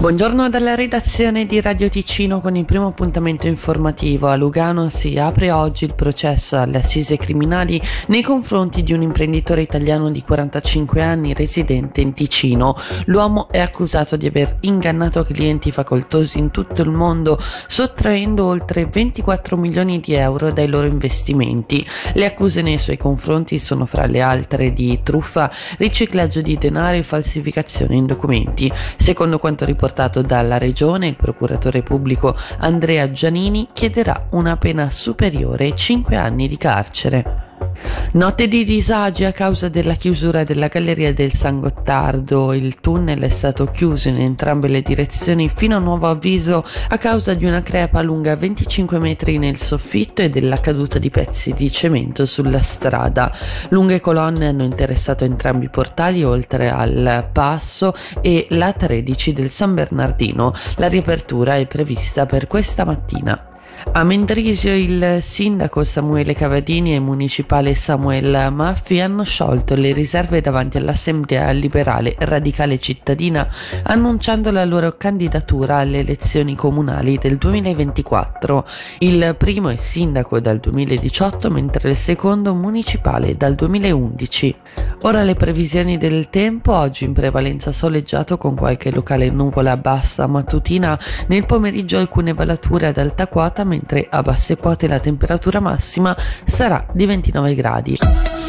Buongiorno dalla redazione di Radio Ticino con il primo appuntamento informativo. A Lugano si apre oggi il processo alle assise criminali nei confronti di un imprenditore italiano di 45 anni residente in Ticino. L'uomo è accusato di aver ingannato clienti facoltosi in tutto il mondo, sottraendo oltre 24 milioni di euro dai loro investimenti. Le accuse nei suoi confronti sono fra le altre di truffa, riciclaggio di denaro e falsificazione in documenti. Secondo quanto riportato dalla regione, il procuratore pubblico Andrea Giannini chiederà una pena superiore ai 5 anni di carcere. Notte di disagi a causa della chiusura della galleria del San Gottardo. Il tunnel è stato chiuso in entrambe le direzioni fino a nuovo avviso a causa di una crepa lunga 25 metri nel soffitto e della caduta di pezzi di cemento sulla strada. Lunghe colonne hanno interessato entrambi i portali oltre al passo e la 13 del San Bernardino. La riapertura è prevista per questa mattina. A Mendrisio il sindaco Samuele Cavadini e il municipale Samuel Maffi hanno sciolto le riserve davanti all'Assemblea Liberale Radicale Cittadina, annunciando la loro candidatura alle elezioni comunali del 2024. Il primo è sindaco dal 2018, mentre il secondo municipale dal 2011. Ora le previsioni del tempo: oggi in prevalenza soleggiato con qualche locale nuvola bassa mattutina, nel pomeriggio alcune velature ad alta quota, mentre a basse quote la temperatura massima sarà di 29 gradi.